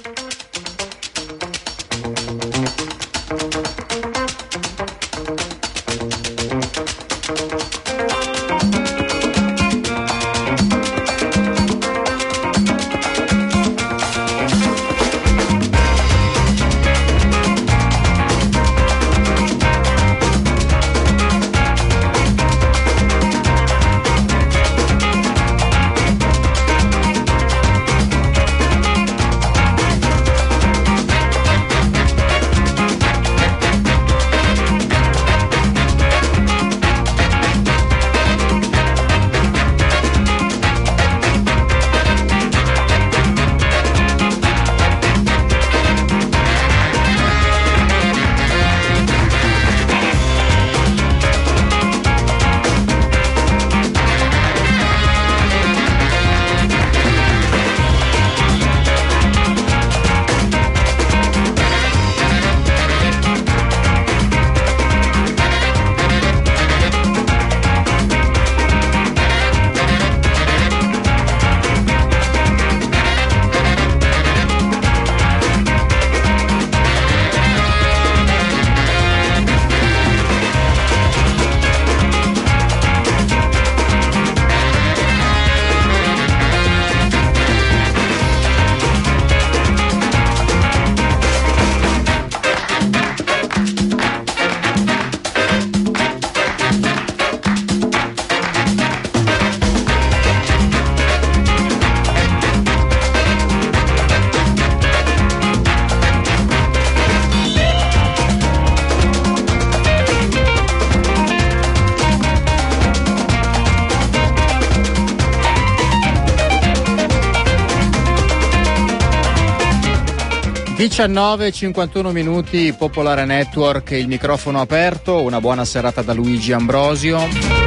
(19:51), Popolare Network, il microfono aperto. Una buona serata da Luigi Ambrosio.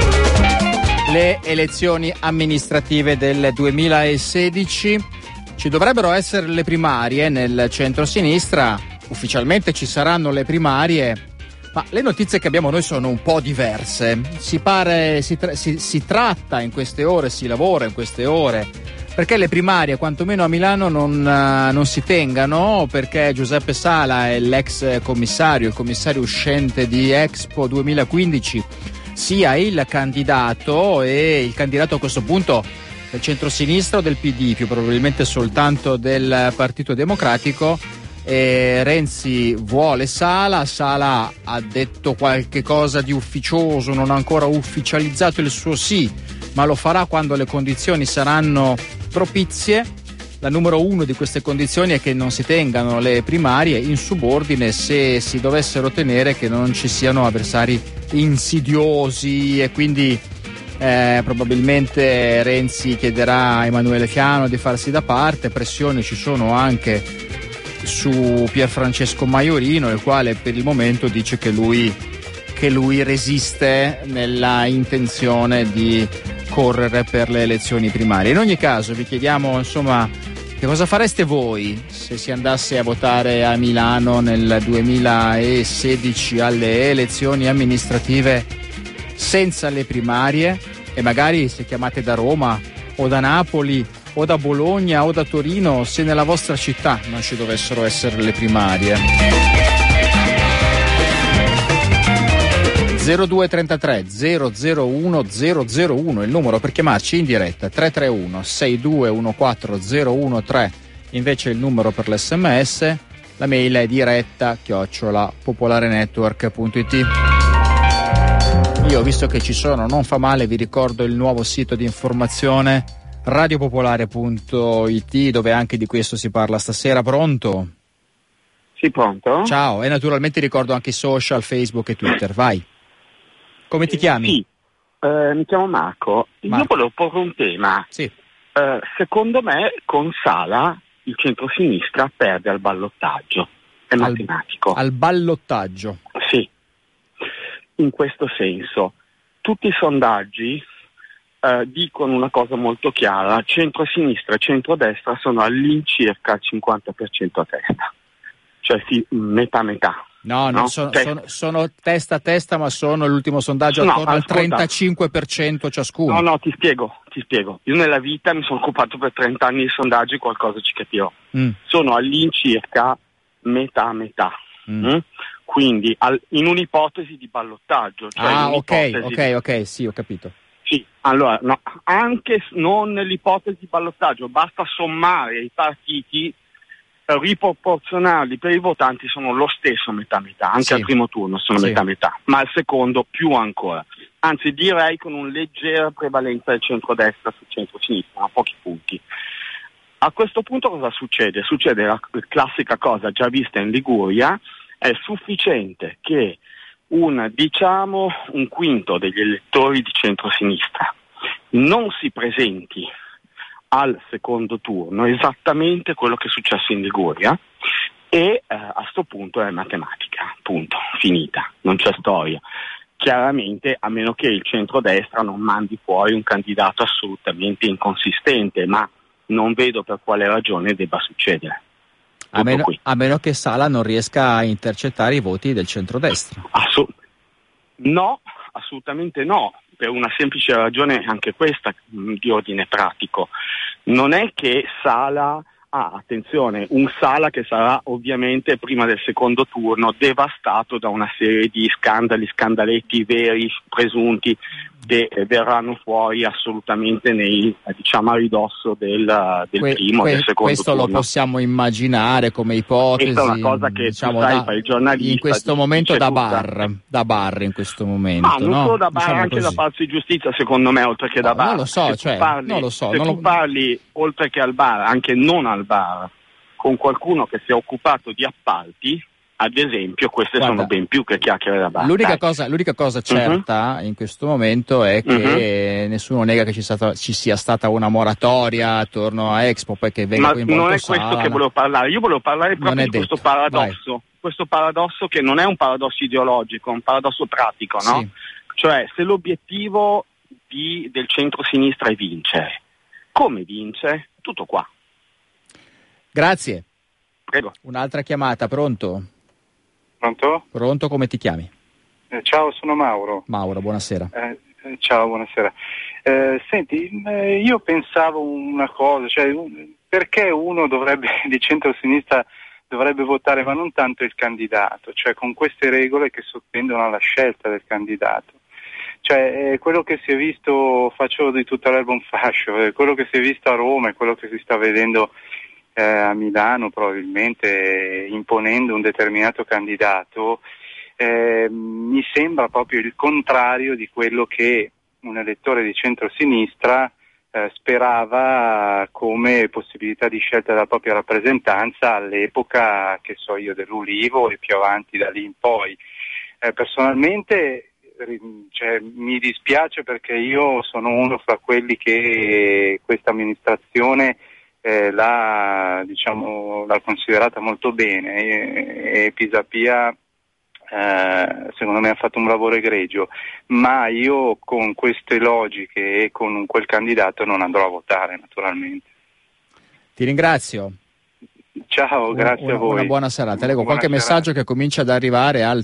Le elezioni amministrative del 2016. Ci dovrebbero essere le primarie nel centro-sinistra. Ufficialmente ci saranno le primarie, ma le notizie che abbiamo noi sono un po' diverse. Si tratta in queste ore, si lavora in queste ore perché le primarie, quantomeno a Milano, non si tengano, perché Giuseppe Sala è l'ex commissario, il commissario uscente di Expo 2015, sia il candidato, e il candidato a questo punto del centro-sinistra o del PD, più probabilmente soltanto del Partito Democratico. Renzi vuole Sala ha detto qualche cosa di ufficioso, non ha ancora ufficializzato il suo sì, ma lo farà quando le condizioni saranno propizie. La numero uno di queste condizioni è che non si tengano le primarie, in subordine, se si dovessero tenere, che non ci siano avversari insidiosi, e quindi probabilmente Renzi chiederà a Emanuele Fiano di farsi da parte. Pressioni ci sono anche su Pierfrancesco Maiorino, il quale per il momento dice che lui resiste nella intenzione di correre per le elezioni primarie. In ogni caso vi chiediamo, insomma, che cosa fareste voi se si andasse a votare a Milano nel 2016 alle elezioni amministrative senza le primarie, e magari se chiamate da Roma o da Napoli o da Bologna o da Torino, se nella vostra città non ci dovessero essere le primarie. 0233 001 001 il numero per chiamarci in diretta, 331 6214 013 invece il numero per l'SMS. La mail è diretta@popolarenetwork.it. Io, visto che ci sono, non fa male, vi ricordo il nuovo sito di informazione radiopopolare.it, dove anche di questo si parla stasera. Pronto? Sì, pronto? Ciao, e naturalmente ricordo anche i social, Facebook e Twitter. Vai. Come ti chiami? Sì, mi chiamo Marco. Io volevo porre un tema. Sì. Secondo me con Sala il centro-sinistra perde al ballottaggio. È matematico. Al ballottaggio? Sì. In questo senso, tutti i sondaggi dicono una cosa molto chiara: centro-sinistra e centro-destra sono all'incirca al 50% a testa, cioè sì, metà-metà. No, non sono testa a testa, ma sono l'ultimo sondaggio attorno al 35% ciascuno. No, ti spiego. Io nella vita mi sono occupato per 30 anni di sondaggi, qualcosa ci capirò. Sono all'incirca metà. Quindi in un'ipotesi di ballottaggio. Cioè ok, sì, ho capito. Sì, allora, no, anche non nell'ipotesi di ballottaggio, basta sommare i partiti riproporzionali per i votanti sono lo stesso metà, anche al primo turno sono metà, ma al secondo più ancora. Anzi, direi con una leggera prevalenza del centrodestra sul centro-sinistra, a pochi punti. A questo punto cosa succede? Succede la classica cosa già vista in Liguria, è sufficiente che un quinto degli elettori di centro-sinistra non si presenti al secondo turno, esattamente quello che è successo in Liguria, e a sto punto è matematica, punto, finita, non c'è storia. Chiaramente, a meno che il centrodestra non mandi fuori un candidato assolutamente inconsistente, ma non vedo per quale ragione debba succedere. A meno che Sala non riesca a intercettare i voti del centrodestra. No, assolutamente no, per una semplice ragione, anche questa di ordine pratico. Non è che Sala, attenzione, un Sala che sarà ovviamente prima del secondo turno devastato da una serie di scandaletti veri, presunti, che verranno fuori assolutamente a ridosso del primo e del secondo questo turno. Lo possiamo immaginare come ipotesi. Questa è una cosa che per il giornalista in questo momento da bar in questo momento. Ma non solo da bar, anche da Palazzo di Giustizia, secondo me, oltre che da bar. Non lo so, tu parli oltre che al bar, anche non al bar, con qualcuno che si è occupato di appalti, ad esempio, queste sono ben più che chiacchiere da bar. L'unica cosa certa in questo momento è che nessuno nega che ci sia stata una moratoria attorno a Expo, perché venga coinvolto non è questo che volevo parlare. Io volevo parlare proprio di questo paradosso. Vai. Questo paradosso che non è un paradosso ideologico, è un paradosso pratico, no? Sì. Cioè, se l'obiettivo del centro-sinistra è vincere, come vince? Tutto qua. Grazie. Prego. Un'altra chiamata, pronto? Pronto? Pronto, come ti chiami? Ciao, sono Mauro. Mauro, buonasera. Ciao, buonasera. Senti, io pensavo una cosa, cioè perché uno di centro-sinistra dovrebbe votare, ma non tanto il candidato, cioè con queste regole che sottendono alla scelta del candidato. Cioè quello che si è visto, faccio di tutta l'erba un fascio, quello che si è visto a Roma e quello che si sta vedendo a Milano, probabilmente imponendo un determinato candidato, mi sembra proprio il contrario di quello che un elettore di centrosinistra sperava come possibilità di scelta della propria rappresentanza all'epoca, che so io, dell'Ulivo e più avanti da lì in poi. Personalmente mi dispiace, perché io sono uno fra quelli che questa amministrazione l'ha considerata molto bene, e Pisapia secondo me ha fatto un lavoro egregio, ma io con queste logiche e con quel candidato non andrò a votare, naturalmente. Ti ringrazio. Ciao, grazie a voi. Una buona serata. Leggo qualche messaggio che comincia ad arrivare al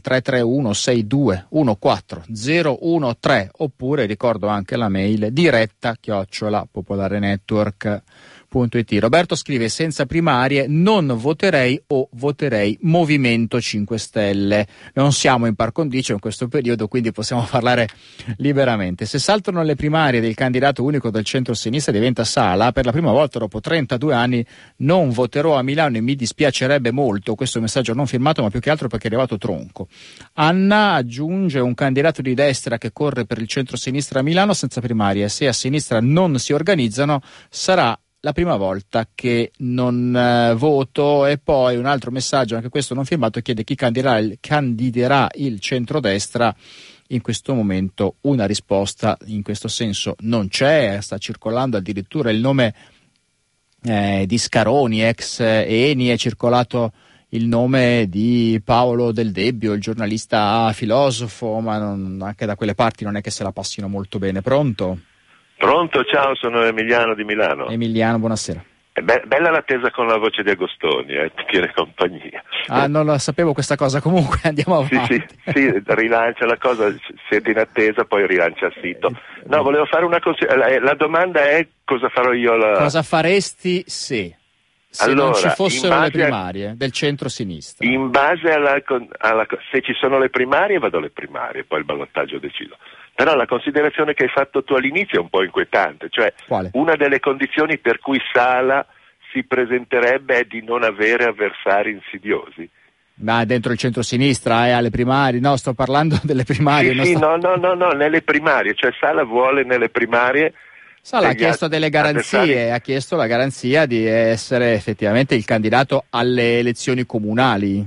331-6214-013, oppure ricordo anche la mail diretta@popolarenetwork.it. Roberto scrive: senza primarie non voterei o voterei Movimento 5 Stelle. Non siamo in par condicio in questo periodo, quindi possiamo parlare liberamente. Se saltano le primarie del candidato unico del centro-sinistra diventa Sala, per la prima volta dopo 32 anni non voterò a Milano e mi dispiacerebbe molto. Questo è un messaggio non firmato, ma più che altro perché è arrivato tronco. Anna aggiunge: un candidato di destra che corre per il centro-sinistra a Milano senza primarie. Se a sinistra non si organizzano sarà la prima volta che non voto. E poi un altro messaggio, anche questo non firmato, chiede chi candiderà il centrodestra. In questo momento una risposta in questo senso non c'è, sta circolando addirittura il nome di Scaroni, ex Eni, è circolato il nome di Paolo Del Debbio, il giornalista filosofo, ma anche da quelle parti non è che se la passino molto bene. Pronto? Pronto, ciao, sono Emiliano di Milano. Emiliano, buonasera. Bella l'attesa con la voce di Agostoni, Piero e compagnia. Non lo sapevo questa cosa, comunque andiamo avanti. Sì, rilancia la cosa, siete in attesa, poi rilancia il sito. No, volevo fare una la domanda è cosa farò io Cosa faresti se allora, non ci fossero le primarie del centro-sinistra? In base se ci sono le primarie vado alle primarie, poi il ballottaggio decido. Però la considerazione che hai fatto tu all'inizio è un po' inquietante, cioè Quale? Una delle condizioni per cui Sala si presenterebbe è di non avere avversari insidiosi. Ma dentro il centro-sinistra alle primarie? No, sto parlando delle primarie. No, nelle primarie, cioè Sala vuole nelle primarie. Sala ha chiesto delle garanzie, ha chiesto la garanzia di essere effettivamente il candidato alle elezioni comunali.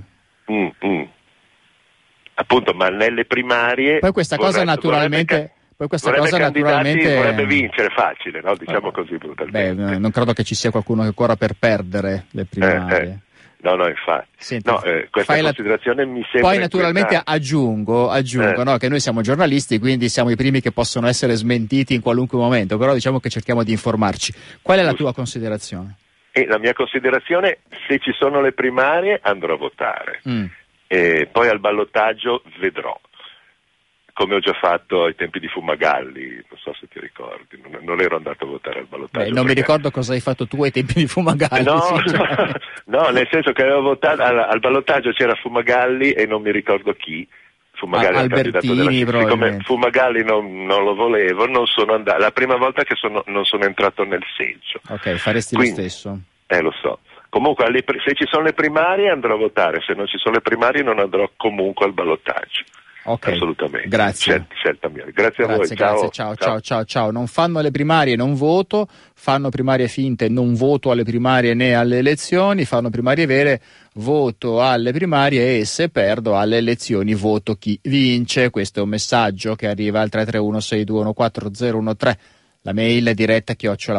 Appunto, ma nelle primarie poi questa cosa naturalmente vorrebbe vincere facile, no? Diciamo così brutalmente. Non credo che ci sia qualcuno che corra per perdere le primarie. No, infatti. Senti, questa considerazione mi sembra. Poi naturalmente aggiungo no, che noi siamo giornalisti, quindi siamo i primi che possono essere smentiti in qualunque momento, però diciamo che cerchiamo di informarci. Qual è la tua considerazione? La mia considerazione, se ci sono le primarie andrò a votare. E poi al ballottaggio vedrò, come ho già fatto ai tempi di Fumagalli, non so se ti ricordi, non ero andato a votare al ballottaggio. Non mi ricordo cosa hai fatto tu ai tempi di Fumagalli. No, nel senso che avevo votato al ballottaggio c'era Fumagalli e non mi ricordo chi. Fumagalli Albertini, siccome Fumagalli non lo volevo, non sono andato. La prima volta che non sono entrato nel seggio. Ok, faresti lo stesso. Lo so. Comunque se ci sono le primarie andrò a votare, se non ci sono le primarie non andrò comunque al ballottaggio. Okay. Assolutamente. Grazie. Scelta mia. Grazie a voi. Ciao. Non fanno le primarie, non voto, fanno primarie finte, non voto alle primarie né alle elezioni, fanno primarie vere, voto alle primarie e se perdo alle elezioni voto chi vince. Questo è un messaggio che arriva al 331-621-4013, la mail è diretta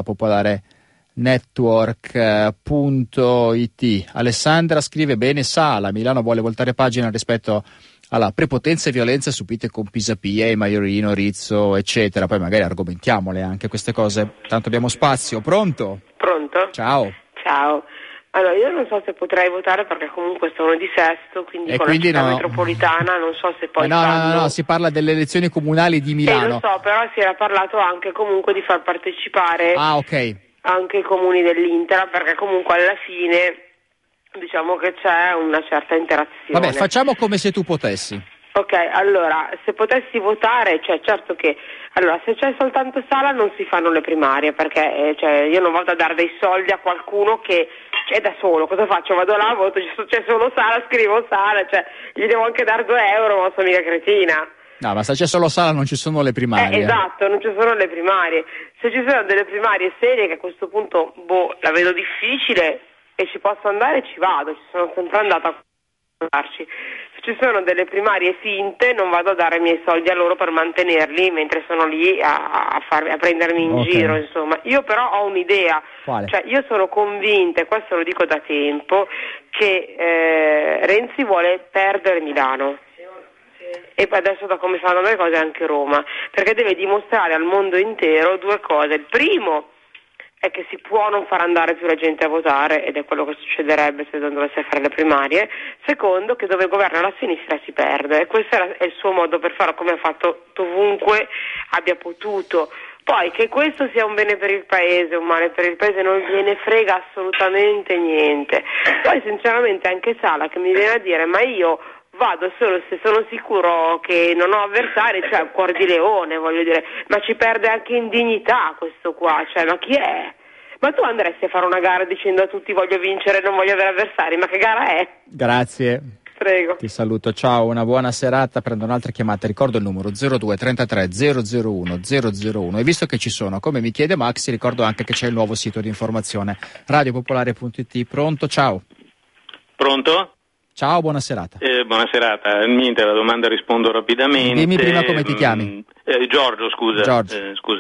@popolarenetwork.it. Alessandra scrive: bene Sala, Milano vuole voltare pagina rispetto alla prepotenza e violenza subite con Pisapia, Maiorino, Rizzo, eccetera. Poi magari argomentiamole anche queste cose, tanto abbiamo spazio. Pronto? Ciao. Allora, io non so se potrei votare perché comunque sono di Sesto, quindi con la città metropolitana non so se poi No, si parla delle elezioni comunali di Milano. Lo so, però si era parlato anche comunque di far partecipare anche i comuni dell'Intera, perché comunque alla fine diciamo che c'è una certa interazione. Vabbè, facciamo come se tu potessi. Ok, allora, se potessi votare, cioè certo che, allora, se c'è soltanto Sala non si fanno le primarie, perché io non vado a dare dei soldi a qualcuno che è da solo, cosa faccio? Vado là, voto, c'è solo Sala, scrivo Sala, gli devo anche dare 2 euro, ma sono mica cretina. No, ma se c'è solo Sala non ci sono le primarie. Esatto, non ci sono le primarie. Se ci sono delle primarie serie, che a questo punto, la vedo difficile e ci posso andare, ci vado, ci sono sempre andata a andarci. Se ci sono delle primarie finte non vado a dare i miei soldi a loro per mantenerli mentre sono lì a prendermi in giro, insomma. Io però ho un'idea. Quale? Cioè io sono convinta, e questo lo dico da tempo, che Renzi vuole perdere Milano. E adesso, da come stanno le cose, anche Roma, perché deve dimostrare al mondo intero 2 cose. Il primo è che si può non far andare più la gente a votare, ed è quello che succederebbe se non dovesse fare le primarie. Secondo, che dove governa la sinistra si perde, e questo è il suo modo per farlo, come ha fatto ovunque abbia potuto. Poi che questo sia un bene per il paese, un male per il paese, non gliene frega assolutamente niente. Poi sinceramente anche Sala che mi viene a dire: ma io vado solo se sono sicuro che non ho avversari, cioè un cuor di leone, voglio dire, ma ci perde anche in dignità questo qua, ma chi è? Ma tu andresti a fare una gara dicendo a tutti voglio vincere, non voglio avere avversari, ma che gara è? Grazie. Prego. Ti saluto, ciao, una buona serata. Prendo un'altra chiamata, ricordo il numero 02 33 001 001, e visto che ci sono, come mi chiede Max, ricordo anche che c'è il nuovo sito di informazione radiopopolare.it. Pronto? Ciao. Pronto? Ciao, buona serata. Buona serata. Niente, alla domanda rispondo rapidamente. Dimmi prima come ti chiami. Giorgio, scusa. Scusa.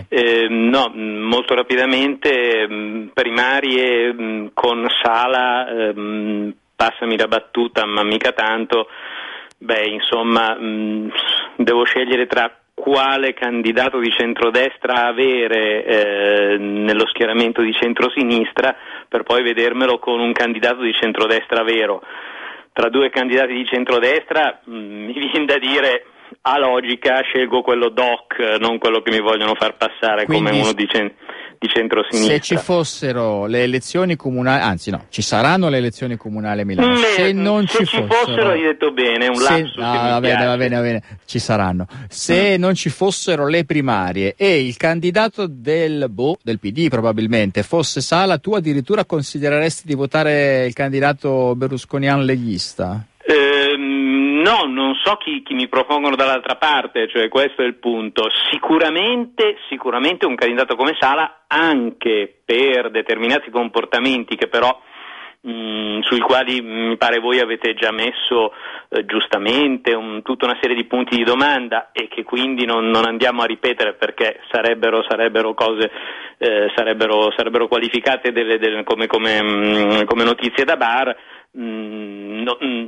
No, molto rapidamente, primarie con Sala, passami la battuta, ma mica tanto. Insomma, devo scegliere tra quale candidato di centrodestra avere nello schieramento di centrosinistra, per poi vedermelo con un candidato di centrodestra vero. Tra due candidati di centrodestra mi viene da dire, a logica scelgo quello doc, non quello che mi vogliono far passare. Quindi, come uno di centrosinistra. Se ci fossero le elezioni comunali, anzi no, ci saranno le elezioni comunali a Milano. Se non ci fossero, hai detto bene, un lapsus. Va bene, ci saranno. Se non ci fossero le primarie e il candidato del PD probabilmente fosse Sala, tu addirittura considereresti di votare il candidato berlusconiano leghista? No, non so chi mi propongono dall'altra parte, cioè questo è il punto. Sicuramente un candidato come Sala, anche per determinati comportamenti che però sui quali mi pare voi avete già messo giustamente tutta una serie di punti di domanda e che quindi non andiamo a ripetere perché sarebbero cose sarebbero qualificate come notizie da bar. Non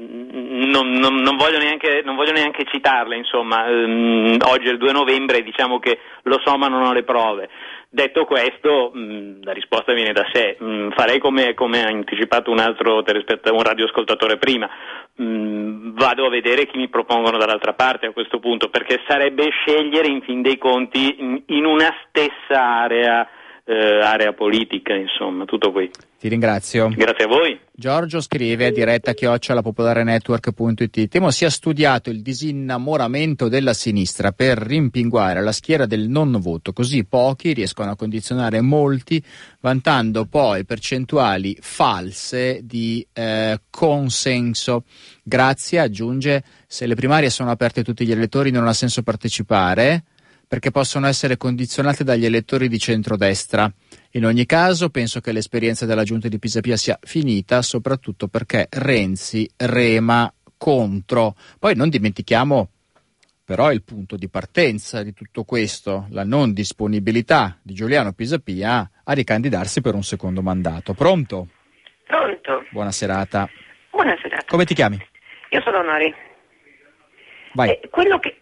voglio neanche citarle, insomma. Oggi è il 2 novembre, diciamo che lo so ma non ho le prove. Detto questo, la risposta viene da sé. Farei come ha anticipato un radioascoltatore prima. Vado a vedere chi mi propongono dall'altra parte a questo punto, perché sarebbe scegliere in fin dei conti in una stessa area politica, insomma, tutto qui. Ti ringrazio. Grazie a voi. Giorgio scrive a diretta@popolarenetwork.it: temo sia studiato il disinnamoramento della sinistra per rimpinguare la schiera del non voto, così pochi riescono a condizionare molti, vantando poi percentuali false di consenso. Grazie, aggiunge, se le primarie sono aperte a tutti gli elettori non ha senso partecipare, perché possono essere condizionate dagli elettori di centrodestra. In ogni caso, penso che l'esperienza della giunta di Pisapia sia finita, soprattutto perché Renzi rema contro. Poi non dimentichiamo però il punto di partenza di tutto questo, la non disponibilità di Giuliano Pisapia a ricandidarsi per un secondo mandato. Pronto? Pronto. Buona serata. Buona serata. Come ti chiami? Io sono Nori. Vai. Quello che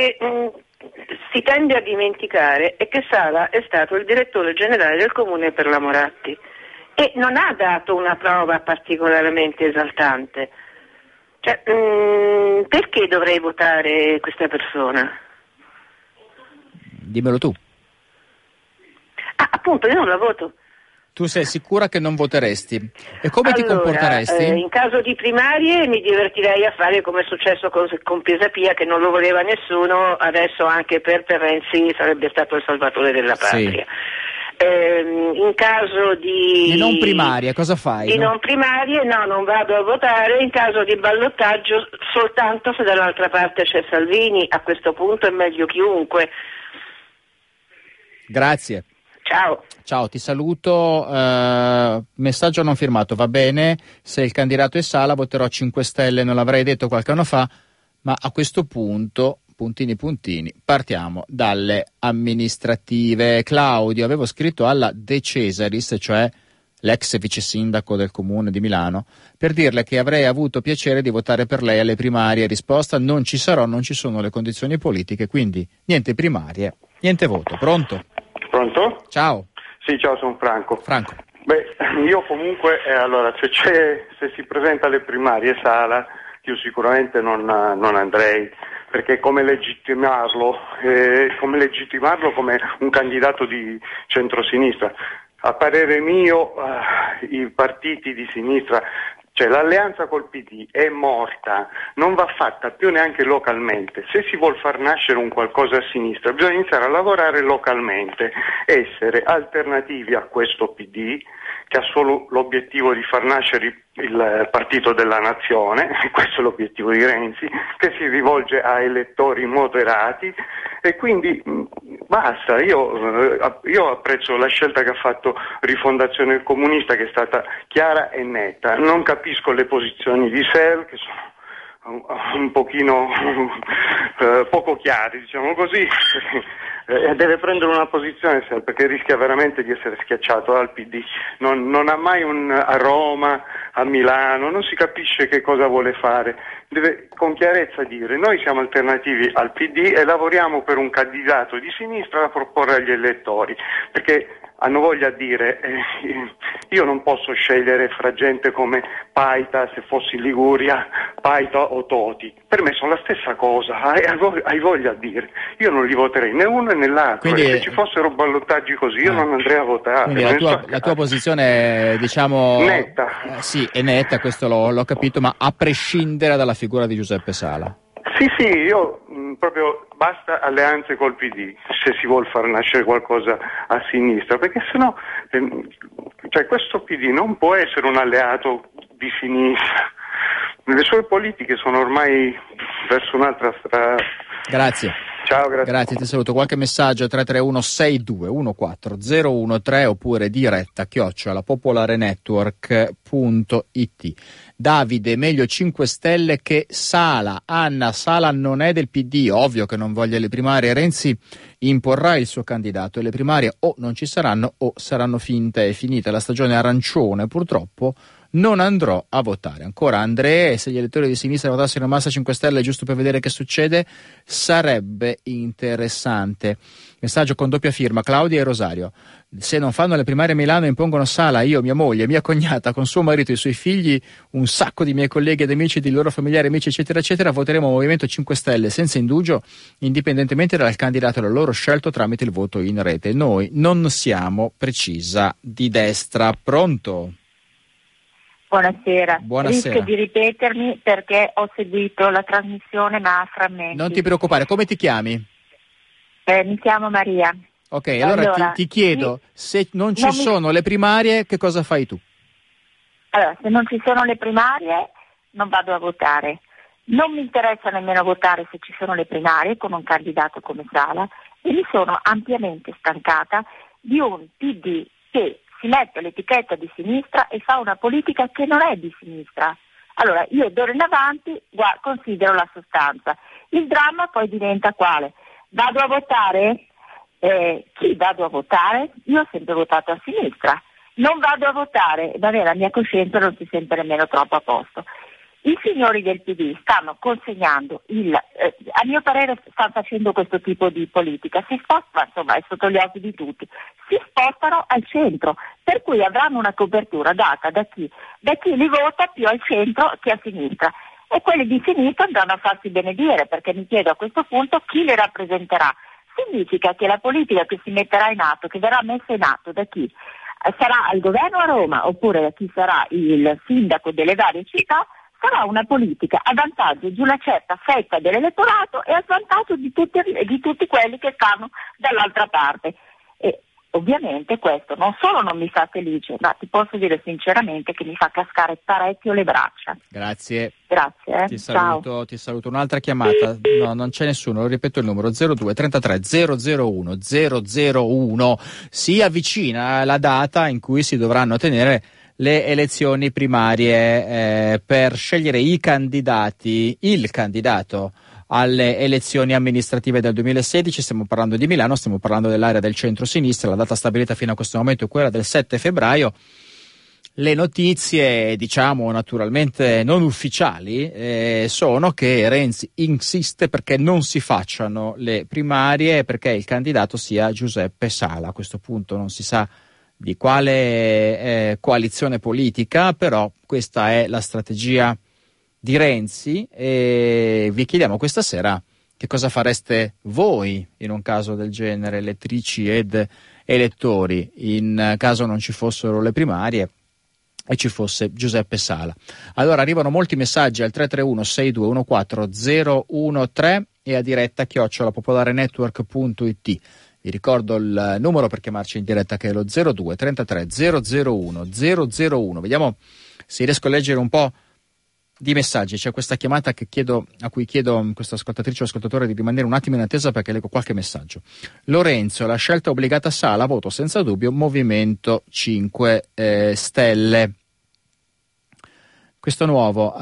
si tende a dimenticare è che Sala è stato il direttore generale del comune per la Moratti e non ha dato una prova particolarmente esaltante. Cioè, perché dovrei votare questa persona? Dimmelo tu. Appunto, io non la voto. Tu sei sicura che non voteresti? E come ti comporteresti? In caso di primarie mi divertirei a fare come è successo con Pisapia, che non lo voleva nessuno, adesso anche per Renzi sarebbe stato il salvatore della patria. Sì. In caso di non primarie, cosa fai? Di non primarie, no, non vado a votare. In caso di ballottaggio, soltanto se dall'altra parte c'è Salvini. A questo punto è meglio chiunque. Grazie. Ciao, ti saluto. Messaggio non firmato, va bene. Se il candidato è Sala, voterò 5 Stelle, non l'avrei detto qualche anno fa, ma a questo punto, puntini, partiamo dalle amministrative. Claudio, avevo scritto alla De Cesaris, cioè l'ex vice sindaco del comune di Milano, per dirle che avrei avuto piacere di votare per lei alle primarie. Risposta: non ci sarò, non ci sono le condizioni politiche, quindi niente primarie, niente voto. Pronto? Pronto? Ciao. Sì, ciao, sono Franco. Franco. Beh, io comunque, allora, se si presenta alle primarie Sala, io sicuramente non andrei, perché come legittimarlo come un candidato di centrosinistra? A parere mio, i partiti di sinistra, cioè l'alleanza col PD è morta, non va fatta più neanche localmente. Se si vuol far nascere un qualcosa a sinistra bisogna iniziare a lavorare localmente, essere alternativi a questo PD che ha solo l'obiettivo di far nascere il partito della nazione, questo è l'obiettivo di Renzi, che si rivolge a elettori moderati, e quindi basta. Io apprezzo la scelta che ha fatto Rifondazione Comunista, che è stata chiara e netta. Non capisco le posizioni di SEL, che sono un pochino poco chiare, diciamo così. Deve prendere una posizione SEL, perché rischia veramente di essere schiacciato dal PD. Non ha mai a Roma a Milano, non si capisce che cosa vuole fare. Deve con chiarezza dire: noi siamo alternativi al PD e lavoriamo per un candidato di sinistra da proporre agli elettori, perché hanno voglia di dire io non posso scegliere fra gente come Paita, se fossi in Liguria, Paita o Toti. Per me sono la stessa cosa, hai voglia di dire. Io non li voterei né uno né l'altro. Quindi, e se ci fossero ballottaggi così io non andrei a votare. Quindi la tua posizione, diciamo, netta. Sì, è netta, questo l'ho capito, ma a prescindere dalla figura di Giuseppe Sala. Sì, io proprio basta alleanze col PD se si vuol far nascere qualcosa a sinistra, perché sennò cioè questo PD non può essere un alleato di sinistra. Le sue politiche sono ormai verso un'altra strada. Grazie. Ciao, grazie. Grazie, ti saluto. Qualche messaggio 331-6214-013 oppure diretta @popolarenetwork.it. Davide, meglio 5 Stelle che Sala. Anna, Sala non è del PD, ovvio che non voglia le primarie. Renzi imporrà il suo candidato e le primarie o non ci saranno o saranno finte. È finita la stagione arancione, purtroppo non andrò a votare. Ancora Andrea, se gli elettori di sinistra votassero in massa 5 Stelle giusto per vedere che succede, sarebbe interessante. Messaggio con doppia firma, Claudia e Rosario. Se non fanno le primarie a Milano e impongono Sala, io, mia moglie, mia cognata, con suo marito e i suoi figli, un sacco di miei colleghi ed amici, di loro familiari, amici, eccetera, eccetera, voteremo Movimento 5 Stelle senza indugio, indipendentemente dal candidato loro scelto tramite il voto in rete. Noi non siamo precisa di destra. Pronto? Buonasera. Buonasera. Rischio di ripetermi perché ho seguito la trasmissione ma a frammenti. Non ti preoccupare, come ti chiami? Mi chiamo Maria. Ok, allora ti chiedo, se non ci sono le primarie, che cosa fai tu? Allora, se non ci sono le primarie non vado a votare. Non mi interessa nemmeno votare se ci sono le primarie con un candidato come Sala e mi sono ampiamente stancata di un PD che si mette l'etichetta di sinistra e fa una politica che non è di sinistra. Allora, io d'ora in avanti considero la sostanza. Il dramma poi diventa quale? Vado a votare? Chi vado a votare? Io ho sempre votato a sinistra. Non vado a votare, vabbè, la mia coscienza non si sente nemmeno troppo a posto. I signori del PD stanno consegnando a mio parere stanno facendo questo tipo di politica, si spostano, insomma è sotto gli occhi di tutti, si spostano al centro, per cui avranno una copertura data da chi li vota più al centro che a sinistra e quelli di sinistra andranno a farsi benedire, perché mi chiedo a questo punto chi le rappresenterà. Significa che la politica che si metterà in atto, che verrà messa in atto da chi sarà al governo a Roma oppure da chi sarà il sindaco delle varie città, sarà una politica a vantaggio di una certa fetta dell'elettorato e a svantaggio di tutti quelli che stanno dall'altra parte. E ovviamente questo non solo non mi fa felice, ma ti posso dire sinceramente che mi fa cascare parecchio le braccia. Grazie. Grazie. Ti saluto. Un'altra chiamata. No, non c'è nessuno. Lo ripeto il numero 02 33 001 001. Si avvicina la data in cui si dovranno tenere le elezioni primarie per scegliere il candidato alle elezioni amministrative del 2016. Stiamo parlando di Milano, stiamo parlando dell'area del centro-sinistra. La data stabilita fino a questo momento è quella del 7 febbraio. Le notizie, diciamo naturalmente non ufficiali, sono che Renzi insiste perché non si facciano le primarie, perché il candidato sia Giuseppe Sala. A questo punto non si sa di quale coalizione politica, però questa è la strategia di Renzi e vi chiediamo questa sera che cosa fareste voi in un caso del genere, elettrici ed elettori, in caso non ci fossero le primarie e ci fosse Giuseppe Sala. Allora arrivano molti messaggi al 331 6214 013 e a diretta @popolarenetwork.it. Vi ricordo il numero per chiamarci in diretta, che è lo 02 33 001 001. Vediamo se riesco a leggere un po' di messaggi. C'è questa chiamata a cui chiedo questa ascoltatrice o ascoltatore di rimanere un attimo in attesa perché leggo qualche messaggio. Lorenzo, la scelta obbligata a Sala, voto senza dubbio Movimento 5 Stelle. Questo nuovo,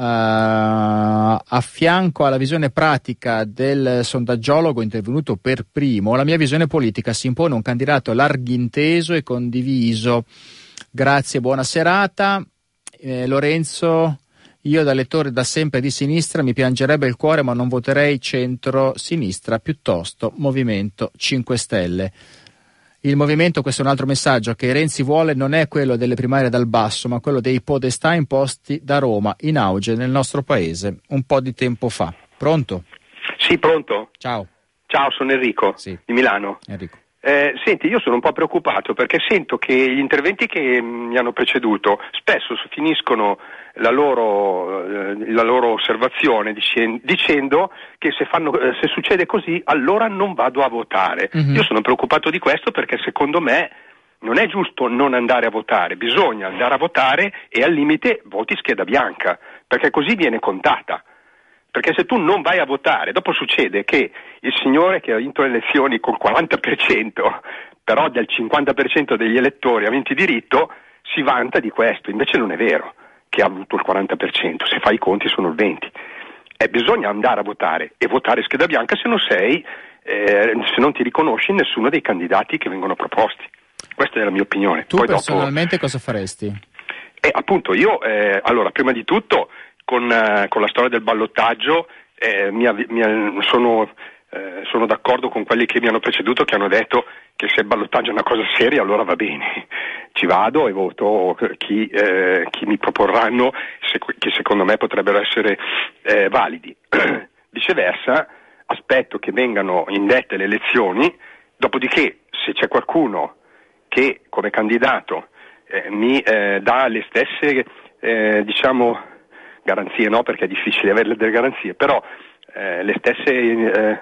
a fianco alla visione pratica del sondaggiologo intervenuto per primo, la mia visione politica: si impone un candidato larghinteso e condiviso. Grazie, buona serata. Lorenzo, io da lettore da sempre di sinistra mi piangerebbe il cuore, ma non voterei centro-sinistra, piuttosto Movimento 5 Stelle. Il movimento, questo è un altro messaggio che Renzi vuole, non è quello delle primarie dal basso, ma quello dei podestà imposti da Roma, in auge nel nostro paese un po' di tempo fa. Pronto? Sì, pronto. Ciao. Ciao, sono Enrico, sì. Di Milano. Enrico. Senti, io sono un po' preoccupato perché sento che gli interventi che mi hanno preceduto spesso finiscono la loro osservazione dicendo che se succede così allora non vado a votare. Mm-hmm. Io sono preoccupato di questo perché secondo me non è giusto non andare a votare, bisogna andare a votare e al limite voti scheda bianca, perché così viene contata. Perché se tu non vai a votare, dopo succede che il signore che ha vinto le elezioni col 40%, però del 50% degli elettori aventi diritto, si vanta di questo, invece non è vero che ha avuto il 40%, se fai i conti sono il 20%. Bisogna andare a votare e votare scheda bianca se non ti riconosci in nessuno dei candidati che vengono proposti. Questa è la mia opinione. Tu personalmente cosa faresti? Appunto io, allora prima di tutto con la storia del ballottaggio sono d'accordo con quelli che mi hanno preceduto, che hanno detto che se il ballottaggio è una cosa seria allora va bene, ci vado e voto chi mi proporranno, che secondo me potrebbero essere validi. Viceversa aspetto che vengano indette le elezioni, dopodiché se c'è qualcuno che come candidato mi dà le stesse garanzie, no, perché è difficile avere delle garanzie, però le stesse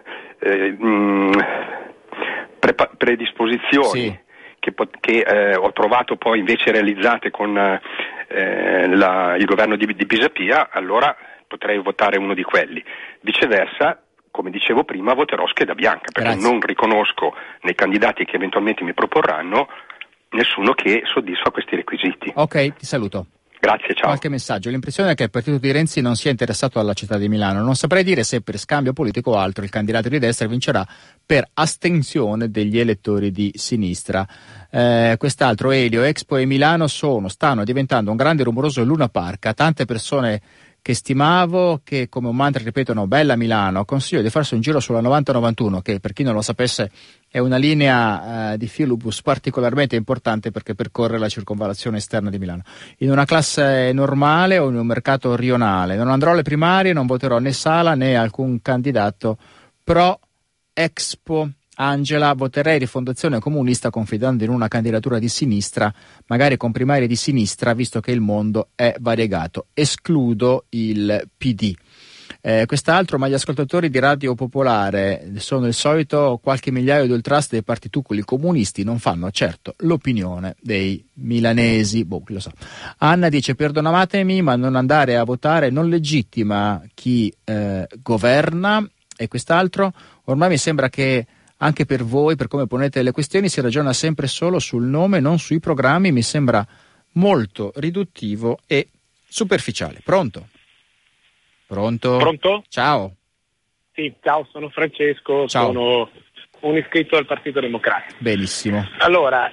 predisposizioni sì. che ho trovato poi invece realizzate con il governo di Pisapia, allora potrei votare uno di quelli. Viceversa, come dicevo prima, voterò scheda bianca, perché Grazie. Non riconosco nei candidati che eventualmente mi proporranno nessuno che soddisfa questi requisiti. Ok, ti saluto. Grazie, ciao. Qualche messaggio. L'impressione è che il partito di Renzi non sia interessato alla città di Milano. Non saprei dire se per scambio politico o altro il candidato di destra vincerà per astensione degli elettori di sinistra. Quest'altro, Elio, Expo e Milano stanno diventando un grande rumoroso Luna Park. A tante persone che stimavo, che come un mantra ripetono bella Milano, consiglio di farsi un giro sulla 90-91, che per chi non lo sapesse è una linea di filobus particolarmente importante perché percorre la circonvallazione esterna di Milano. In una classe normale o in un mercato rionale. Non andrò alle primarie, non voterò né Sala né alcun candidato pro Expo. Angela, voterei Rifondazione Comunista confidando in una candidatura di sinistra, magari con primarie di sinistra, visto che il mondo è variegato. Escludo il PD. Quest'altro, ma gli ascoltatori di Radio Popolare sono il solito qualche migliaio di ultras dei partitucoli comunisti, non fanno certo l'opinione dei milanesi. Lo so. Anna dice, perdonatemi, ma non andare a votare non legittima chi governa. E quest'altro, ormai mi sembra che anche per voi, per come ponete le questioni, si ragiona sempre solo sul nome, non sui programmi. Mi sembra molto riduttivo e superficiale. Pronto? Pronto? Ciao. Sì, ciao, sono Francesco, ciao. Sono un iscritto al Partito Democratico. Benissimo. Allora,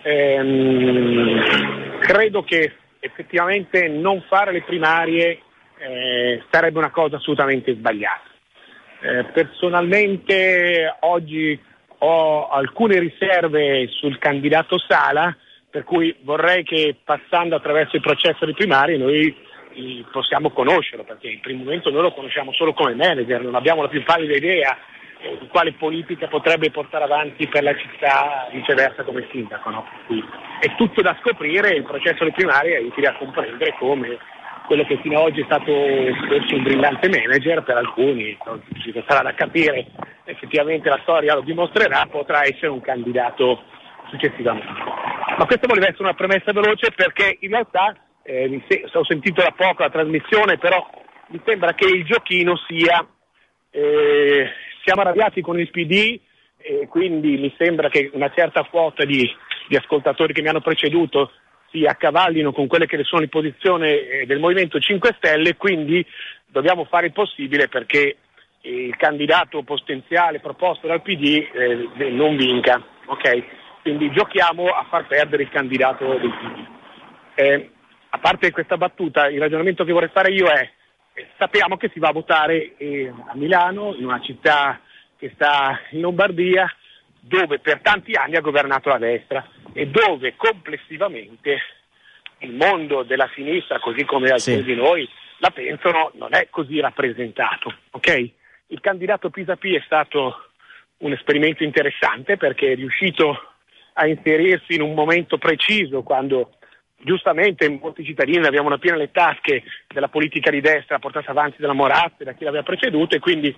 credo che effettivamente non fare le primarie sarebbe una cosa assolutamente sbagliata. Personalmente oggi ho alcune riserve sul candidato Sala, per cui vorrei che passando attraverso il processo di primarie noi possiamo conoscerlo, perché in primo momento noi lo conosciamo solo come manager, non abbiamo la più pallida idea di quale politica potrebbe portare avanti per la città, viceversa come sindaco, no? Quindi è tutto da scoprire, il processo di primarie aiuti a comprendere come quello che fino ad oggi è stato forse un brillante manager per alcuni, ci sarà da capire, effettivamente la storia lo dimostrerà, potrà essere un candidato successivamente. Ma questa voleva essere una premessa veloce perché in realtà ho sentito da poco la trasmissione, però mi sembra che il giochino sia siamo arrabbiati con il PD, quindi mi sembra che una certa quota di ascoltatori che mi hanno preceduto si accavallino con quelle che sono le posizioni del Movimento 5 Stelle, quindi dobbiamo fare il possibile perché il candidato potenziale proposto dal PD non vinca, ok? Quindi giochiamo a far perdere il candidato del PD. a parte questa battuta, il ragionamento che vorrei fare io è: sappiamo che si va a votare a Milano, in una città che sta in Lombardia, dove per tanti anni ha governato la destra e dove complessivamente il mondo della sinistra, così come alcuni di noi la pensano, non è così rappresentato, ok? Il candidato Pisapia è stato un esperimento interessante perché è riuscito a inserirsi in un momento preciso, quando giustamente molti cittadini avevano piene le tasche della politica di destra portata avanti dalla Moratti, da chi l'aveva preceduto, e quindi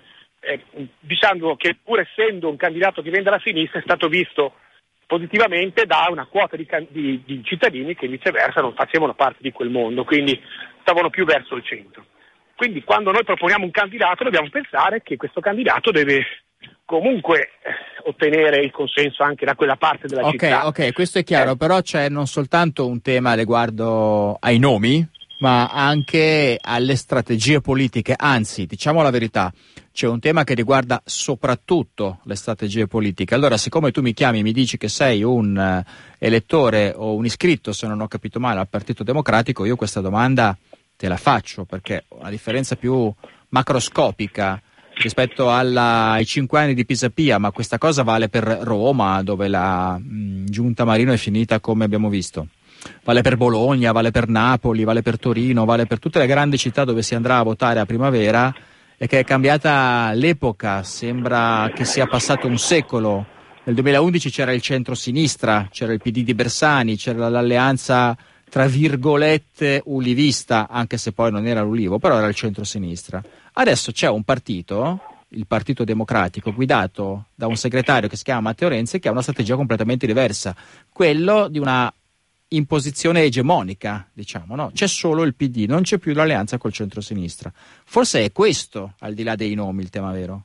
diciamo che pur essendo un candidato che viene dalla sinistra è stato visto positivamente da una quota di cittadini che viceversa non facevano parte di quel mondo, quindi stavano più verso il centro. Quindi quando noi proponiamo un candidato dobbiamo pensare che questo candidato deve comunque ottenere il consenso anche da quella parte della città. Ok, questo è chiaro, però c'è non soltanto un tema riguardo ai nomi, ma anche alle strategie politiche, anzi, diciamo la verità, c'è un tema che riguarda soprattutto le strategie politiche. Allora, siccome tu mi chiami e mi dici che sei un elettore o un iscritto, se non ho capito male, al Partito Democratico, io questa domanda te la faccio, perché una differenza più macroscopica rispetto ai 5 anni di Pisapia, ma questa cosa vale per Roma, dove la giunta Marino è finita come abbiamo visto, vale per Bologna, vale per Napoli, vale per Torino, vale per tutte le grandi città dove si andrà a votare a primavera, e che è cambiata l'epoca, sembra che sia passato un secolo. Nel 2011 c'era il centro-sinistra, c'era il PD di Bersani, c'era l'alleanza tra virgolette ulivista, anche se poi non era l'Ulivo, però era il centro-sinistra. Adesso c'è un partito, il Partito Democratico, guidato da un segretario che si chiama Matteo Renzi, che ha una strategia completamente diversa, quello di una imposizione egemonica, diciamo, no? C'è solo il PD, non c'è più l'alleanza col centro-sinistra. Forse è questo, al di là dei nomi, il tema vero?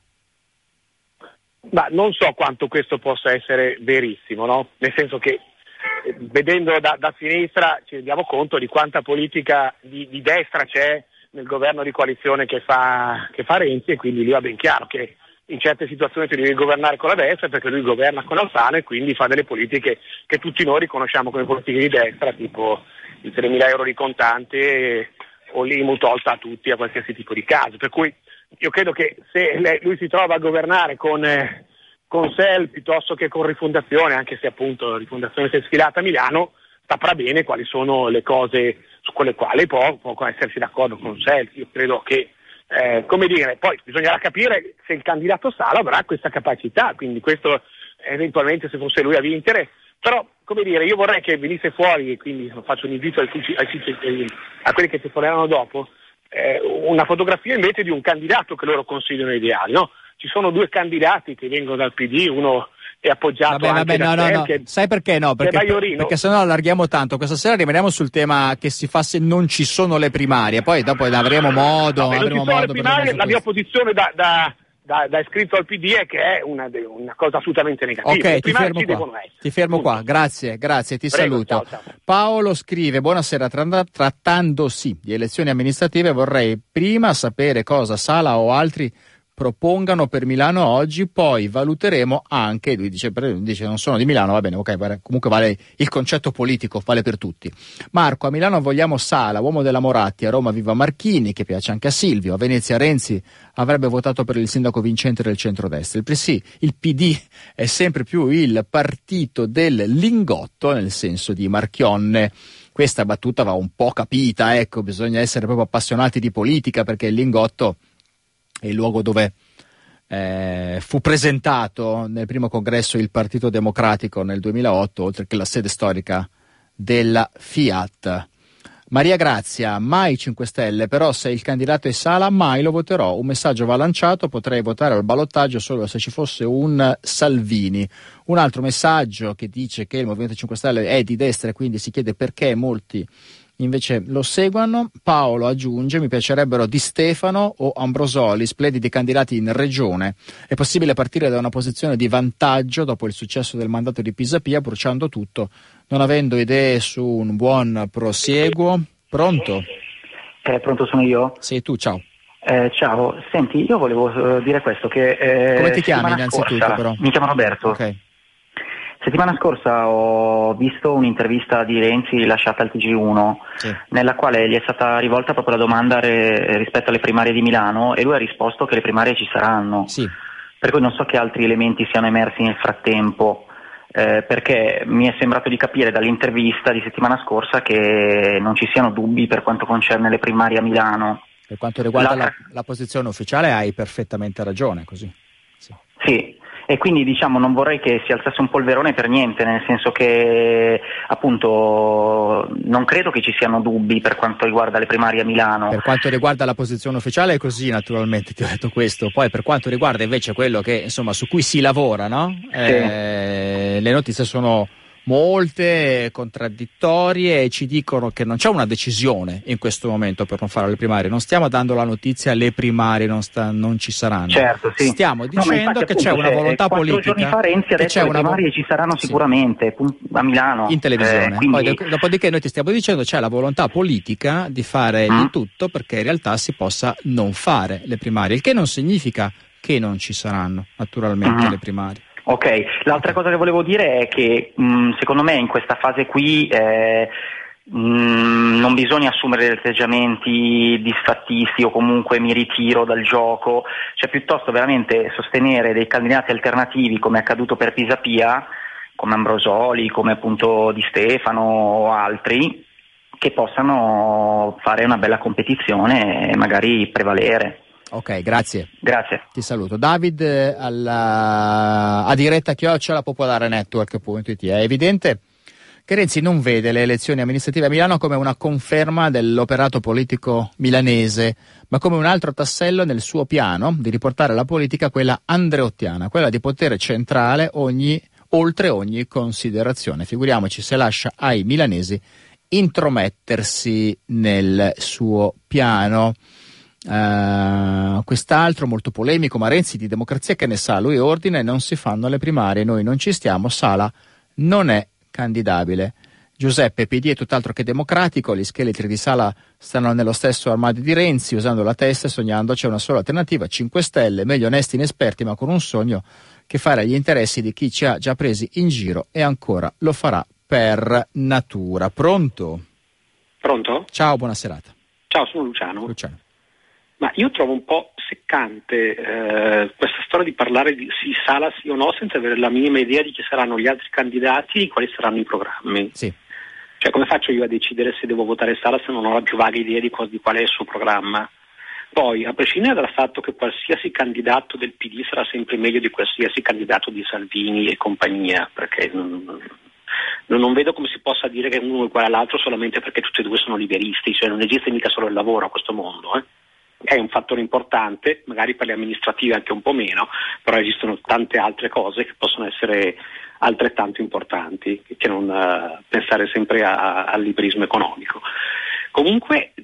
Ma non so quanto questo possa essere verissimo, no? Nel senso che vedendo da sinistra ci rendiamo conto di quanta politica di destra c'è nel governo di coalizione che fa Renzi, e quindi lì va ben chiaro che in certe situazioni ti devi governare con la destra, perché lui governa con Alfano e quindi fa delle politiche che tutti noi riconosciamo come politiche di destra, tipo i 3.000 euro di contante o l'IMU tolta a tutti a qualsiasi tipo di caso. Per cui io credo che se lui si trova a governare con SEL piuttosto che con Rifondazione, anche se appunto Rifondazione si è sfilata a Milano, saprà bene quali sono le cose su quelle quali può essersi d'accordo con SEL. Io credo che come dire, poi bisognerà capire se il candidato Sala avrà questa capacità, quindi questo eventualmente se fosse lui a vincere, però come dire, io vorrei che venisse fuori, e quindi faccio un invito a quelli che si forneranno dopo, una fotografia invece di un candidato che loro considerano ideale, no? Ci sono 2 candidati che vengono dal PD, uno è appoggiato anche da no. Sai perché no? Perché se no allarghiamo tanto. Questa sera rimaniamo sul tema che si fa se non ci sono le primarie, poi dopo ne avremo modo. Non ci sono le primarie, la mia posizione da iscritto al PD è che è una cosa assolutamente negativa. Ok, ti fermo qua. Grazie, ti saluto. Ciao. Paolo scrive: buonasera, trattandosi di elezioni amministrative vorrei prima sapere cosa Sala o altri propongano per Milano oggi, poi valuteremo anche, lui dice non sono di Milano, va bene, ok, comunque vale il concetto politico, vale per tutti. Marco: a Milano vogliamo Sala, uomo della Moratti, a Roma viva Marchini, che piace anche a Silvio, a Venezia Renzi avrebbe votato per il sindaco vincente del centrodestra. Il PD è sempre più il partito del lingotto, nel senso di Marchionne. Questa battuta va un po' capita, ecco, bisogna essere proprio appassionati di politica, perché il lingotto è il luogo dove fu presentato nel primo congresso il Partito Democratico nel 2008, oltre che la sede storica della Fiat. Maria Grazia: mai 5 Stelle, però se il candidato è Sala mai lo voterò. Un messaggio va lanciato: potrei votare al ballottaggio solo se ci fosse un Salvini. Un altro messaggio che dice che il Movimento 5 Stelle è di destra e quindi si chiede perché molti invece lo seguano. Paolo aggiunge: mi piacerebbero Di Stefano o Ambrosoli, splendidi candidati in regione. È possibile partire da una posizione di vantaggio dopo il successo del mandato di Pisapia, bruciando tutto, non avendo idee su un buon prosieguo. Pronto? Pronto, sono io? Sei tu, ciao. Ciao, senti, io volevo dire questo, che come ti chiami innanzitutto, però? Mi chiamo Roberto. Ok. Settimana scorsa ho visto un'intervista di Renzi rilasciata al TG1, nella quale gli è stata rivolta proprio la domanda rispetto alle primarie di Milano, e lui ha risposto che le primarie ci saranno. Sì. Per cui non so che altri elementi siano emersi nel frattempo, perché mi è sembrato di capire dall'intervista di settimana scorsa che non ci siano dubbi per quanto concerne le primarie a Milano. Per quanto riguarda la posizione ufficiale hai perfettamente ragione, così. Sì. E quindi diciamo non vorrei che si alzasse un polverone per niente, nel senso che appunto non credo che ci siano dubbi per quanto riguarda le primarie a Milano. Per quanto riguarda la posizione ufficiale è così, naturalmente ti ho detto questo. Poi per quanto riguarda invece quello che insomma su cui si lavora, no? Le notizie sono molte, contraddittorie, e ci dicono che non c'è una decisione in questo momento per non fare le primarie. Non stiamo dando la notizia le primarie non ci saranno. Certo, sì. Stiamo dicendo che c'è una volontà politica. 4 giorni fa Renzi ha detto che le primarie ci saranno sicuramente a Milano. In televisione. Quindi... Poi, dopodiché noi ti stiamo dicendo c'è la volontà politica di fare di tutto perché in realtà si possa non fare le primarie, il che non significa che non ci saranno naturalmente le primarie. Ok, l'altra cosa che volevo dire è che secondo me in questa fase qui non bisogna assumere degli atteggiamenti disfattisti o comunque mi ritiro dal gioco, cioè piuttosto veramente sostenere dei candidati alternativi come è accaduto per Pisapia, come Ambrosoli, come appunto Di Stefano o altri, che possano fare una bella competizione e magari prevalere. Ok, grazie. Grazie. Ti saluto. David a diretta @popolarenetwork.it. È evidente che Renzi non vede le elezioni amministrative a Milano come una conferma dell'operato politico milanese, ma come un altro tassello nel suo piano di riportare la politica quella andreottiana, quella di potere centrale oltre ogni considerazione. Figuriamoci se lascia ai milanesi intromettersi nel suo piano. Quest'altro molto polemico, ma Renzi di democrazia che ne sa? Lui ordina e non si fanno le primarie, noi non ci stiamo, Sala non è candidabile. Giuseppe, PD è tutt'altro che democratico, gli scheletri di Sala stanno nello stesso armadio di Renzi, usando la testa e sognando c'è una sola alternativa, 5 Stelle, meglio onesti inesperti ma con un sogno, che fare gli interessi di chi ci ha già presi in giro e ancora lo farà per natura. Pronto? Pronto? Ciao, buona serata. Ciao, sono Luciano. Luciano. Ma io trovo un po' seccante questa storia di parlare di sì, Sala sì o no, senza avere la minima idea di chi saranno gli altri candidati e quali saranno i programmi. Sì. Cioè, come faccio io a decidere se devo votare Sala se non ho la più vaga idea di qual è il suo programma? Poi, a prescindere dal fatto che qualsiasi candidato del PD sarà sempre meglio di qualsiasi candidato di Salvini e compagnia, perché non vedo come si possa dire che uno è uguale all'altro solamente perché tutti e due sono liberisti, cioè non esiste mica solo il lavoro a questo mondo, È un fattore importante, magari per le amministrative anche un po' meno, però esistono tante altre cose che possono essere altrettanto importanti che non pensare sempre al liberismo economico. Comunque,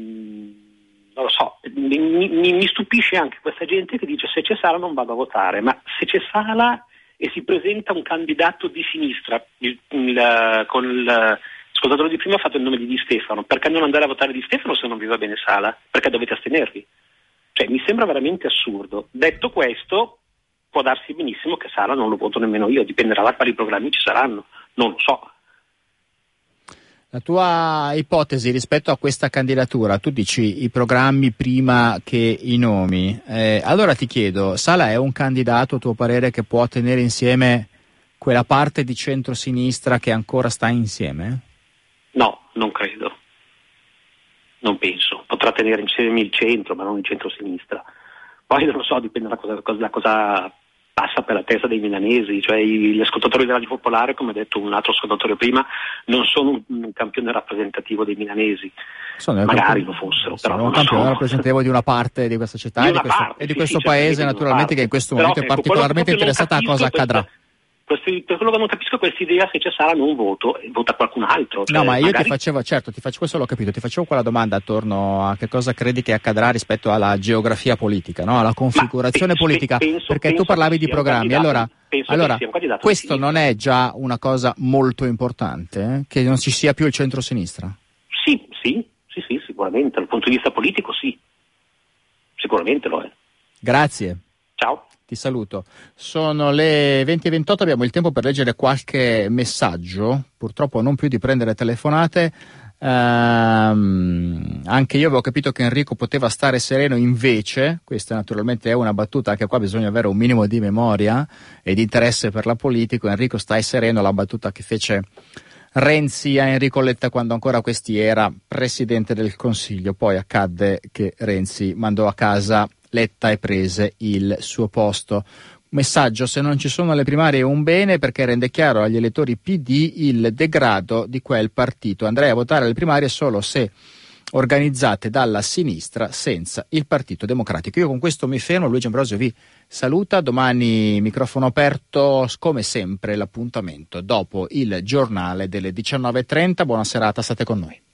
non lo so, mi stupisce anche questa gente che dice se c'è Sala non vado a votare, ma se c'è Sala e si presenta un candidato di sinistra con il ascoltatore di prima ha fatto il nome di Di Stefano, perché non andare a votare Di Stefano se non vi va bene Sala? Perché dovete astenervi? Cioè mi sembra veramente assurdo. Detto questo, può darsi benissimo che Sala non lo voto nemmeno io, dipenderà da quali programmi ci saranno, non lo so. La tua ipotesi rispetto a questa candidatura, tu dici i programmi prima che i nomi, allora ti chiedo, Sala è un candidato a tuo parere che può tenere insieme quella parte di centrosinistra che ancora sta insieme? No, non credo. Non penso. Potrà tenere insieme il centro, ma non il centro-sinistra. Poi non lo so, dipende da cosa passa per la testa dei milanesi. Cioè gli ascoltatori della Radio Popolare, come ha detto un altro ascoltatore prima, non sono un campione rappresentativo dei milanesi. Magari lo fossero. Però sono un campione rappresentativo di una parte di questa città e di questo paese, naturalmente, che in questo momento è particolarmente interessata a cosa accadrà. Per quello che non capisco questa idea, se c'è Sala non voto e vota qualcun altro. Cioè, no, ma io ti facevo, questo l'ho capito, ti facevo quella domanda attorno a che cosa credi che accadrà rispetto alla geografia politica, no? Alla configurazione politica, perché tu parlavi di programmi. Allora questo non è già una cosa molto importante, che non ci sia più il centro-sinistra? Sì, sicuramente, dal punto di vista politico sì, sicuramente lo è. Grazie. Ciao. Ti saluto. Sono le 20:28, abbiamo il tempo per leggere qualche messaggio, purtroppo non più di prendere telefonate. Anche io avevo capito che Enrico poteva stare sereno, invece questa naturalmente è una battuta, anche qua bisogna avere un minimo di memoria e di interesse per la politica. Enrico, stai sereno, la battuta che fece Renzi a Enrico Letta quando ancora questi era presidente del Consiglio. Poi accadde che Renzi mandò a casa Letta e prese il suo posto. Messaggio: se non ci sono le primarie è un bene, perché rende chiaro agli elettori PD il degrado di quel partito. Andrei a votare alle primarie solo se organizzate dalla sinistra, senza il Partito Democratico. Io con questo mi fermo. Luigi Ambrosio vi saluta. Domani microfono aperto, come sempre l'appuntamento dopo il giornale delle 19:30. Buona serata, state con noi.